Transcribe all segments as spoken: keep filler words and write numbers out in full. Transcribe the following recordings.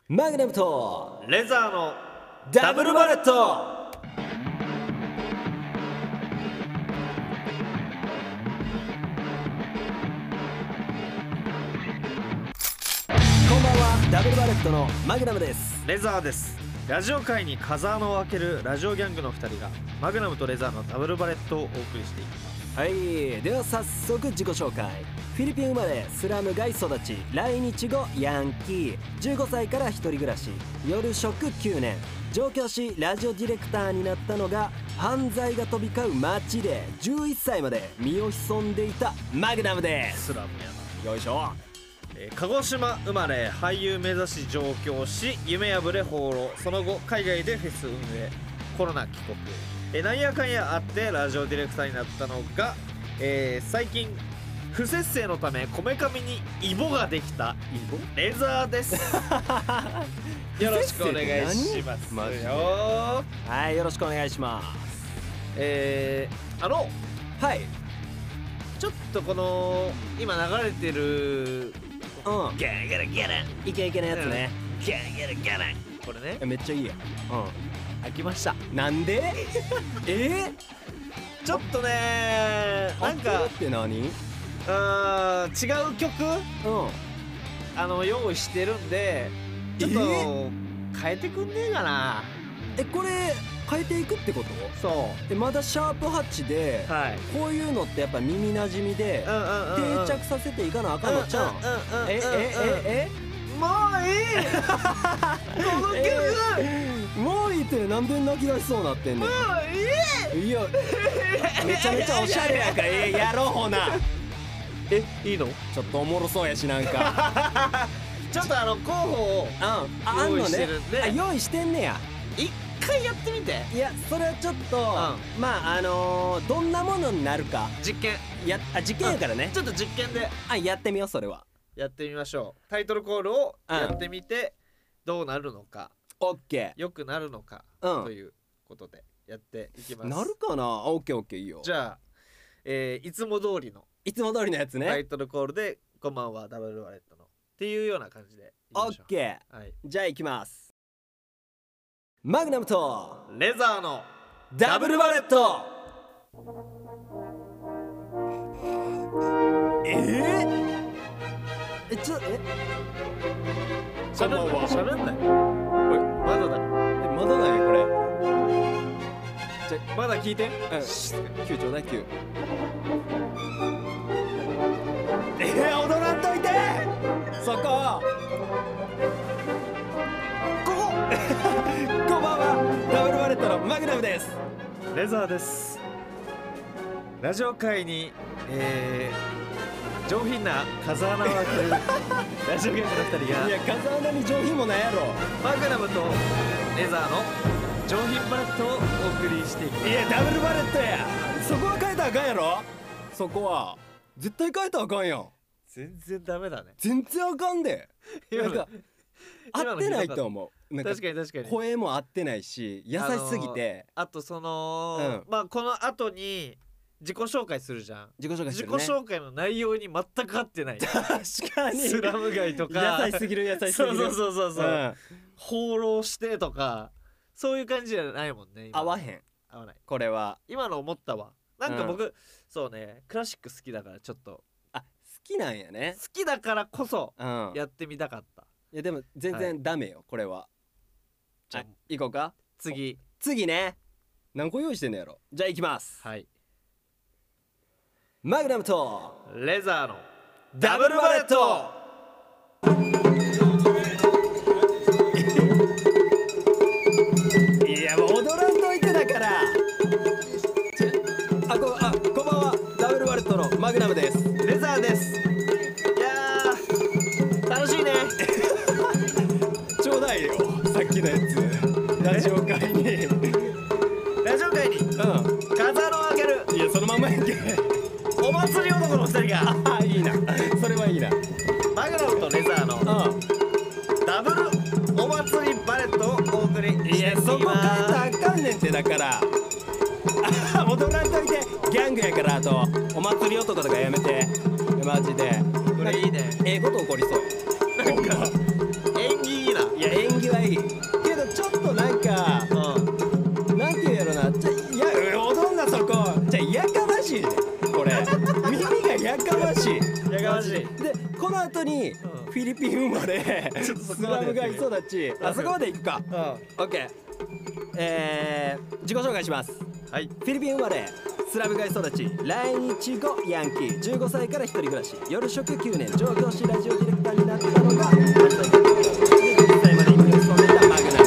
マグナムとレザーのダブルバレット。こんばんは、ダブルバレットのマグナムです。 レザーです。ラジオ界に風穴を開けるラジオギャングのふたりがマグナムとレザーのダブルバレットをお送りしていきます。 はい、では早速自己紹介。フィリピン生まれ、スラム街育ち、来日後ヤンキー、じゅうごさいから一人暮らし、夜食きゅうねん、上京しラジオディレクターになったのが犯罪が飛び交う街でじゅういっさいまで身を潜んでいたマグナムです。 スラムやな。 よいしょ。 えー鹿児島生まれ、俳優目指し上京し夢破れ放浪、その後海外でフェス運営、コロナ帰国、えーなんやかんやあってラジオディレクターになったのが、えー最近不摂生のためこめかみにイボができたレザーですよろしくお願いしますマジでよ。 はい、よろしくお願いします。 えー、あのはい。 ちょっとこの今流れてるうん、 ギャラギャラギャライケイケなやつね。 ギャラギャラギャラ、これねえめっちゃいいやん。 飽きました。 うん、なんでえー、 ちょっとねなんか合ってるって何？うんあー違う曲あの用意してるんで、ちょっと変えてくんねえかな。 え、これ変えていくってこと？ そえ、まだシャープはちでう、はい、 こういうのってやっぱ耳なじみでうんうんうんうん定着させていかなあかんのちゃうん？ うんうんうんうんえええもういいこの曲、 えもういいってなんで泣き出しそうなってんねん。 もういいいや、めちゃめちゃおしゃれやから、ええやろうほな。 え、いいの？ ちょっとおもろそうやしなんか。 ちょっとあの候補をうん、ああん用意のね。 してるんであ、用意してんねや。 一回やってみて。 いや、それはちょっと、まああのー、どんなものになるか実験、 やあ実験やからね。 ちょっと実験であ、やってみよう。それはやってみましょう。タイトルコールをやってみてどうなるのか、 オッケ良くなるのか、 うんということでやっていきまー。 す。 なるかな。オッケーオッケー、いいよ。 じゃあ、えーいつも通りのいつも通りのやつタね。 イトルコールでこんばんはダブルワレットのっていうような感じでいきオましょう。 ッケはい、 ー。じゃあ行きます。マグナムとレザーのダブルバレット。えー、えちょえしゃべんないしゃべんないまだだえまだないこれ。じゃまだ聞いて。 うんキューちょうだいキュー。えー、踊らんといてそこ。 こここんばんは、ダブルバレットのマグナムです。 レザーです。ラジオ界に、えー、上品な風穴を開けるラジオゲームのふたりがいや、風穴に上品もないやろ。 マグナムとレザーの上品バレットをお送りしていきます。 いや、ダブルバレットや。そこは変えたらあかんやろ。そこは絶対変えたらあかんやん。 全然ダメだね。 全然あかんで。なんか合ってないと思う。なんか確かに確かに。 声も合ってないし、優しすぎて。 あとその、 うんまあこの後に自己紹介するじゃん。 自己紹介自己してるね。 紹介の内容に全く合ってない。 確かにスラム街とか優しすぎる優しすぎる。 そうそうそうそうそう、 うん放浪してとかそういう感じじゃないもんね。今合わへん。 合わない。 これは今の思ったわ。なんか僕、そうね、クラシック好きだからちょっとあ、好きなんやね。 好きだからこそうん。 やってみたかった。 いやでも全は然ダメよこれは。 じゃあはい、行こうか。 次。 次ね。何個用意してんのやろ。じゃあ行きます。 はい、 マグナムとレザーのダブルバレット。いやもう踊らんといてだから。あこあこんばんは、ダブルバレットのマグナムです。 レザーです。いやー楽しいねちょうだいよさっきのやつ。ラジオ界にラジオ界にう風穴を開けるん。いやそのまんまやんけ。 お祭り男のふたりがあいいな、それはいいな。 マグナムとレザーのうダブルお祭りバレットをお送りん。いやそこ変えたらあかんねんってだから。あ踊らんといて。ギャングやから。あとお祭り男とかやめてマジで。 これいいね。 ええこと起こりそう。 なんか縁起いいな。 いや縁当にフィリピン生まれスラム街育ち、あそこまで行くか。 うんオッケー。えー、自己紹介します。 はい。 フィリピン生まれスラム街育ち、来日後ヤンキー、じゅうごさいから一人暮らし、夜食きゅうねん、上京しラジオディレクターになったのがはちさいまでインディストンでたマグナム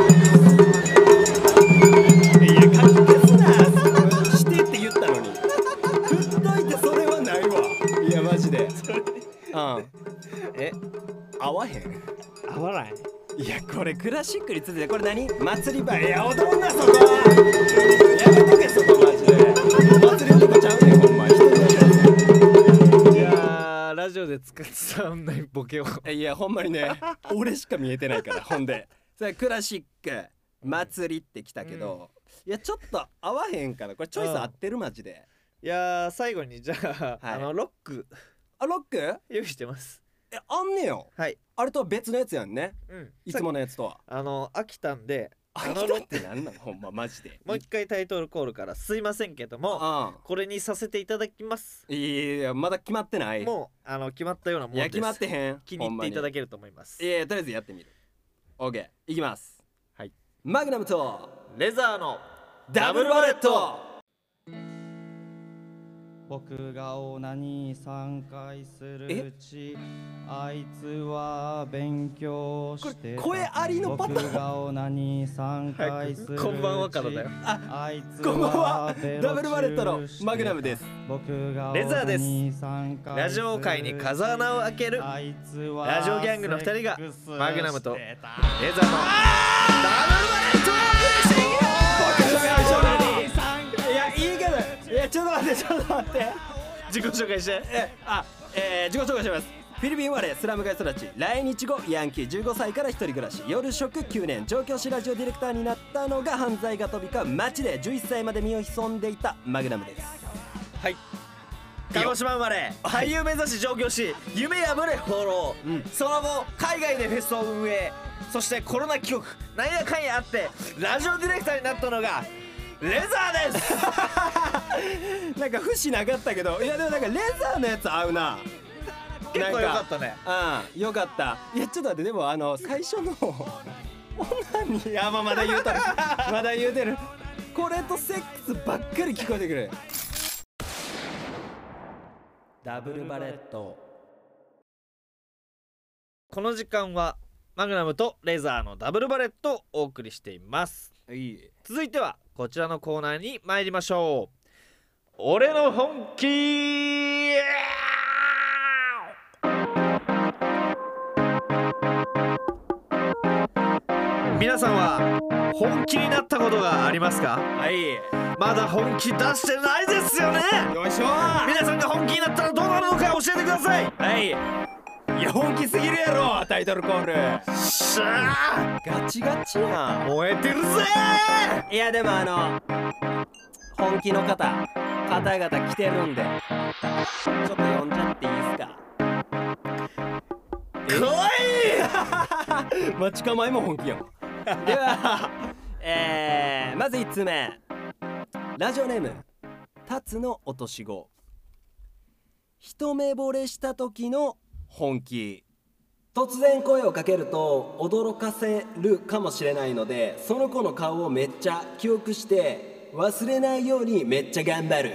で。いや書き消すな、してって言ったのに振っといて、それはないわ。いやマジでうんえ、 合わへん。 合わない。 いやこれクラシックについて、これ何祭り場。いや踊んなそこは、やめとけそこマジで。祭りのとこちゃうねんほんまに。 いやー、ラジオで使ってたんないボケを。 いやほんまにね俺しか見えてないから。ほんでそれクラシック祭りってきたけど、いやちょっと合わへんから、これチョイス合ってるマジで。 いやー、最後にじゃあ、 はいあのロックあロック用意してます。 えあんねよ。 はい。 あれとは別のやつやんね、 うん。 いつものやつとは。 あの飽きたんで、 ああののロックってなんなのほんまマジで。 もう一回タイトルコールからすいませんけども、 あこれにさせていただきます。 あいやいやまだ決まってない。 もうあの決まったようなもんです。 いや決まってへん。 気に入っていただけ。 けると思います。 いやとりあえずやってみる。オッケーいきます。 はい。 マグナムとレザーのダブルバレット。 僕がオナに参回するうち、あいつは勉強してた。 これ声ありのパターン。 僕がオナに参回するうち、 こんばんはからだよ。 あいつこんばんははベロダブルバレットのチューしてたマグナムです。 僕がレザーですオナに参回ラジオ界に風穴を開けるあいつはラジオギャングのふたりがセックスマグナムとしてたレザーのダブルバレットをお送りしていきます。 いやいいけど、いやちょっと待ってちょっと待って。 自己紹介して。 えあえー、自己紹介します。フィリピン生まれスラム街育ち、来日後ヤンキー、じゅうごさいから一人暮らし、夜食きゅうねん、上京しラジオディレクターになったのが犯罪が飛び交う街でじゅういっさいまで身を潜んでいたマグナムです。 はい。鹿児島生まれ俳優目指し上京し夢破れ放浪、 うん、 その後海外でフェスを運営、そしてコロナ帰国、なんやかんやあってラジオディレクターになったのがレザーです。 なんか節なかったけど、いやでもなんかレザーのやつ合うな。 結構良かったね。 うんよかった。いやちょっと待って、でもあの最初の女に、いやまあまだ言うとるまだ言うてる。これとセックスばっかり聞こえてくる。ダブルバレット。 この時間はマグナムとレザーのダブルバレットをお送りしています。 いい。 続いてはこちらのコーナーに参りましょう。俺の本気。皆さんは本気になったことがありますか？ はい。 まだ本気出してないですよね。 よいしょ。 皆さんが本気になったらどうなるのか教えてください。 はい。いや本気すぎるやろタイトルコール。 しゃー、 ガチガチやん。 燃えてるぜいやでもあの本気の方方々来てるんで、ちょっと呼んじゃっていいですか？ ー。かわいい。 待ち構えも本気やん。では、えー、まずいつつめ、ラジオネームタツの落とし子。一目惚れした時の本気。突然声をかけると驚かせるかもしれないので、その子の顔をめっちゃ記憶して忘れないようにめっちゃ頑張る。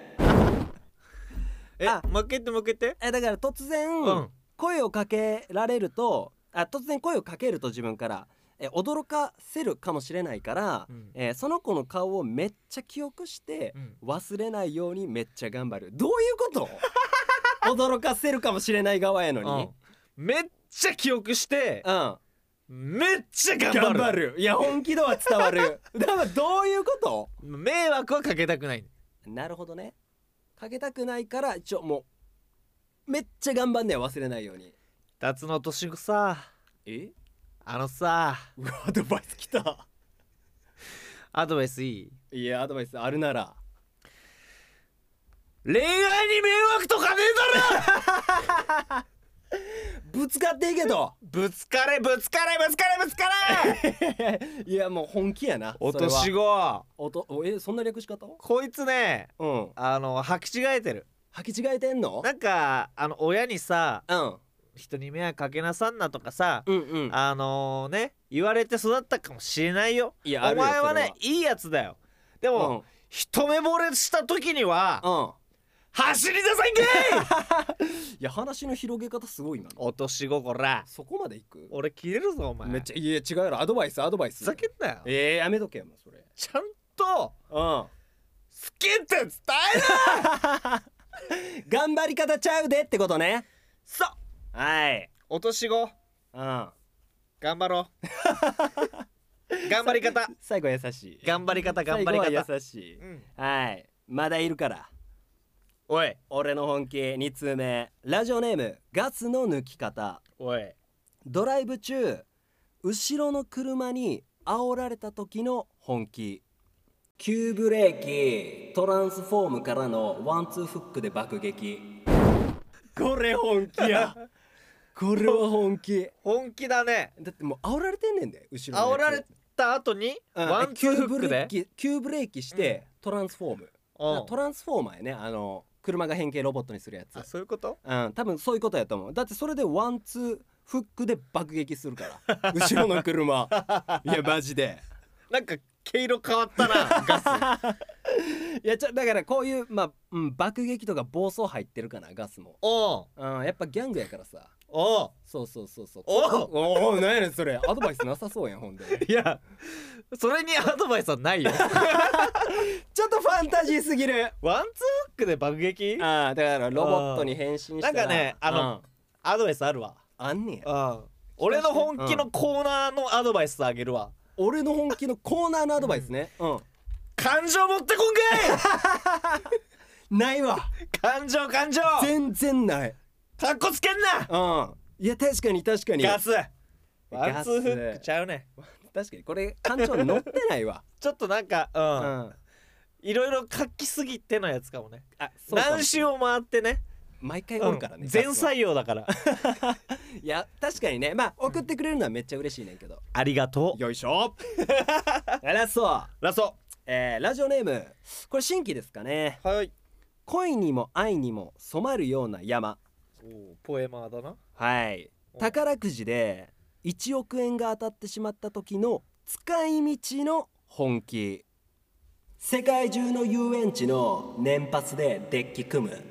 え、 あもう一回言ってもう一回言って。 えだから突然、 うん声をかけられるとあ突然声をかけると自分からえ驚かせるかもしれないから、 うんえーその子の顔をめっちゃ記憶して、 うん忘れないようにめっちゃ頑張る。どういうこと驚かせるかもしれない側やのに、 うん、めっちゃ記憶してうんめっちゃ頑張る。 頑張る。いや本気度は伝わる。だからどういうこと？ 迷惑はかけたくない。 なるほどね。かけたくないからちょもうめっちゃ頑張んねん、忘れないように。 タツの年子さ、 えあのさ、 うわアドバイスきた。 アドバイスいい？ いやアドバイスあるなら。 恋愛に迷惑とかねえだろ。 ぶつかっていけと。 ぶつかれぶつかれぶつかれぶつかれ。 いやもう本気やな。 おそれは年子、 おとおえそんな略し方？ こいつね、 うんあの履き違えてる。 履き違えてんの？ なんかあの親にさ、 うん人に迷惑かけなさんなとかさ、 うんうん。 あのー、ね言われて育ったかもしれないよ。 いやあるよお前はそれねいいやつだよ。でも、 うん一目惚れした時にはうん。 走りなさいんかいいや話の広げ方すごいな。 落とし子こらそこまでいく？ 俺切れるぞお前。 めっちゃいや違うやろ。アドバイスアドバイス。 ふざけんなよ。 えー、やめとけよもうそれ。 ちゃんとうん。 好きって伝えな頑張り方ちゃうでってことね。 そうはい。 落とし子うん。 頑張ろう頑張り方最後優しい。 頑張り方頑張り方最後は優しい。 うん、 はい。まだいるから。 おい俺の本気に通目。ラジオネームガスの抜き方。 おいドライブ中後ろの車に煽られた時の本気。急ブレーキトランスフォームからのワンツーフックで爆撃。これ本気やこれは本気本気だね。 だってもう煽られてんねんで後ろのやつ煽られた後にうんワンツーフックで急ブレーキ急ブレーキしてトランスフォーム、 うんトランスフォーマーやね。あの車が変形ロボットにするやつ。 あそういうこと。 うん、多分そういうことやと思う。だってそれでワンツーフックで爆撃するから後ろの車いやマジでなんか毛色変わったなガスいやちょだからこういうまあ、うん、爆撃とか暴走入ってるかなガスも。 おううん、やっぱギャングやからさ。 おうそうそうそうそう。 おうおお何やねんそれ。アドバイスなさそうやんほんでいやそれにアドバイスはないよちょっとファンタジーすぎる。 ワンツーフックで爆撃ああだからロボットに変身したらなんかねあのうんアドバイスあるわ。 あんねや。 うん俺の本気のコーナーのアドバイスあげるわ。 俺の本気のコーナーのアドバイスね。うん、 感情持ってこんかいないわ。 感情感情全然ない。 かっこつけんなうんいや確かに確かにガスワガスンツーフックちゃうね。 確かにこれ感情乗ってないわちょっとなんかううんんいろいろ書きすぎてのやつかもね。 あそうかも何周を回ってね毎回おるからね、 うん全ガスは採用だからいや確かにねまあ送ってくれるのはめっちゃ嬉しいねんけど。 ありがとう。 よいしょラスト、 ラストえー、ラジオネームこれ新規ですかね。 はい恋にも愛にも染まるような山。 おポエマーだな。 はい宝くじでいちおくえんが当たってしまった時の使い道の本気。世界中の遊園地の年パスでデッキ組む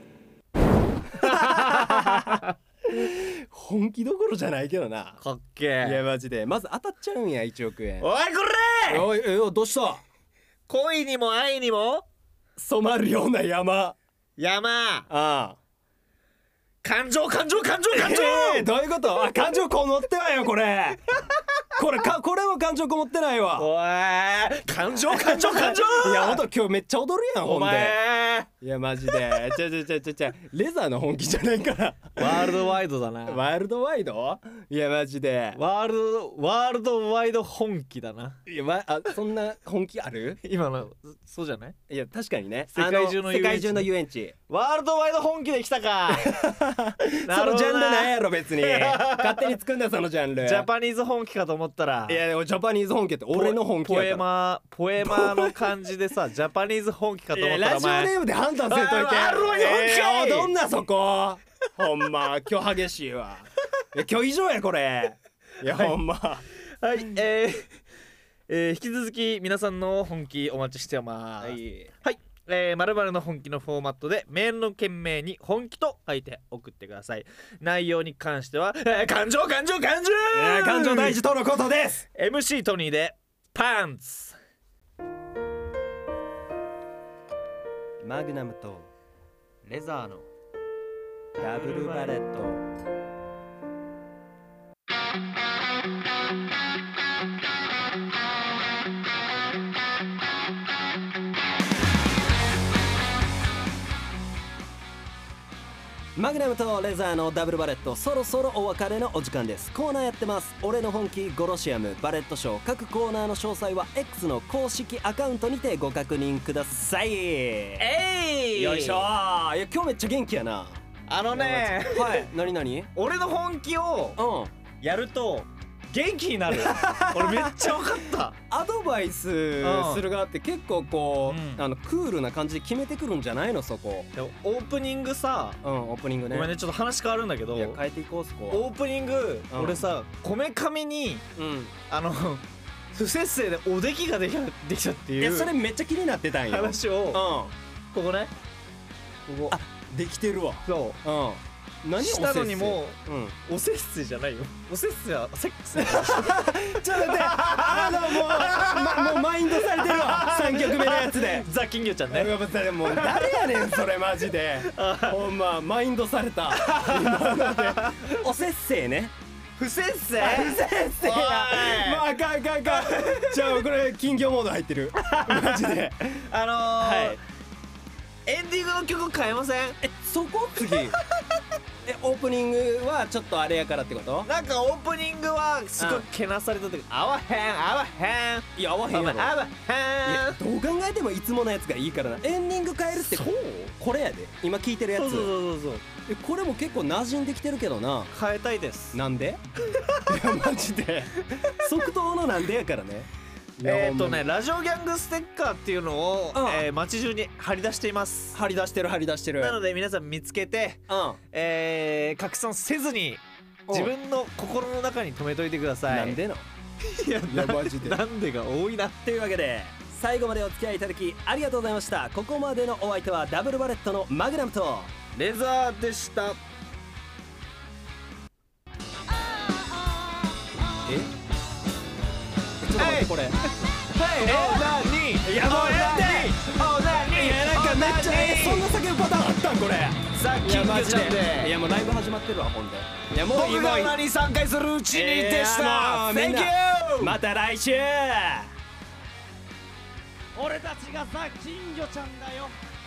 本気どころじゃないけどな。 かっけいやえ。 マジでまず当たっちゃうんやいちおくえん。 おいこれおいおいおいどうした。 恋にも愛にも染まるような山。 山ああ感情感情感情感情、 えー、どういうこと。あ感情こもってないよこれこれかこれも感情こもってないわ。 おい感情感情感情いやほんと今日めっちゃ踊るやんほおんで。 前いやマジでちょちょちょちょちょレザーの本気じゃないからワールドワイドだな。 ワールドワイド。いやマジでワールドワールドワイド本気だな。 いや、ま、あそんな本気ある。 今のそうじゃない。 いや確かにね世界中の遊園地あ世界中の遊園地ワールドワイド本気で来たかそのジャンルなんいやろ別に勝手に作んだそのジャンル。 ジャパニーズ本気かと思ったらいやでもジャパニーズ本気って俺の本気やから。 ポエマーポエマーの感じでさジャパニーズ本気かと思ったらいやラジオネームで判断せんといて。 あワールドワイド本気かいえーどんなそこほんま今日激しいわ。いや今日以上やこれ。いや、 はいほんまはいえーえー引き続き皆さんの本気お待ちしてます。 はいはい、えー、〇〇の本気のフォーマットでメールの件名に本気と書いて送ってください。内容に関しては、えー、感情感情感情、 いや感情大事とのことです。 エムシー トニーでパンツ。 マグナムとレザーのダブルバレット。マグナムとレザーのダブルバレット、そろそろお別れのお時間です。コーナーやってます。俺の本気ゴロシアムバレットショー。各コーナーの詳細は X の公式アカウントにてご確認ください。 えいよいしょー。いや今日めっちゃ元気やな。 あのねはい何何。 俺の本気をうんやると元気になる俺めっちゃ分かったアドバイスする側って結構こう、 うんあのクールな感じで決めてくるんじゃないのそこ。 でもオープニングさうんオープニングね。 ごめんねちょっと話変わるんだけどいや変えていこうそこ。 オープニング、 うん俺さこめかみにうん。 あの不摂生でおできができたできたっていういやそれめっちゃ気になってたんよ。 話をうん。 ここねここあできてるわ。 そうん。何うしたのにもうん。 おせっせじゃないよおせっせはセックスちょっと待ってあのもう、ま、もうマインドされてるわさんきょくめのやつで。 ザ・金魚ちゃんねやっぱもう誰やねんそれマジで。ほんまマインドされた今ので。おせっせいね。 不摂生不摂生や。まああかんあかんあかん。じゃあこれ金魚モード入ってるマジで。 あのーはいエンディングの曲変えませんえそこ次えオープニングはちょっとあれやからってこと？ なんかオープニングはすごいけなされた時合わへん合わへんいや合わへんやろ。 合わいへんやどう考えてもいつものやつがいいからな。エンディング変えるってそうこれやで今聞いてるやつ。 そうそうそうそうえこれも結構馴染んできてるけどな。 変えたいですなんで？いやマジで即答のなんでやからね。 えーっといやねラジオギャングステッカーっていうのを、 うんえー街中に貼り出しています張り出してる張り出してる。 なので皆さん見つけて、 うんえー、拡散せずに自分の心の中に留めといてください。 なんでの？ いやいやマジでなんでが多いな。 というわけで最後までお付き合いいただきありがとうございました。ここまでのお相手はダブルバレットのマグナムとレザーでした。 えちょっと待ってこれ。 はい、オナニー。 いやもうやってオナニー。 いやなんかめっちゃえそんな叫ぶパターンあったんこれ。 さっきのちゃんいで。 やもうライブ始まってるわほんで。いやもう僕がオ今ナニーさんかいするうちにでした。 えーあのー Thank みんな you。 また来週。 俺たちがザ・金魚ちゃんだよ。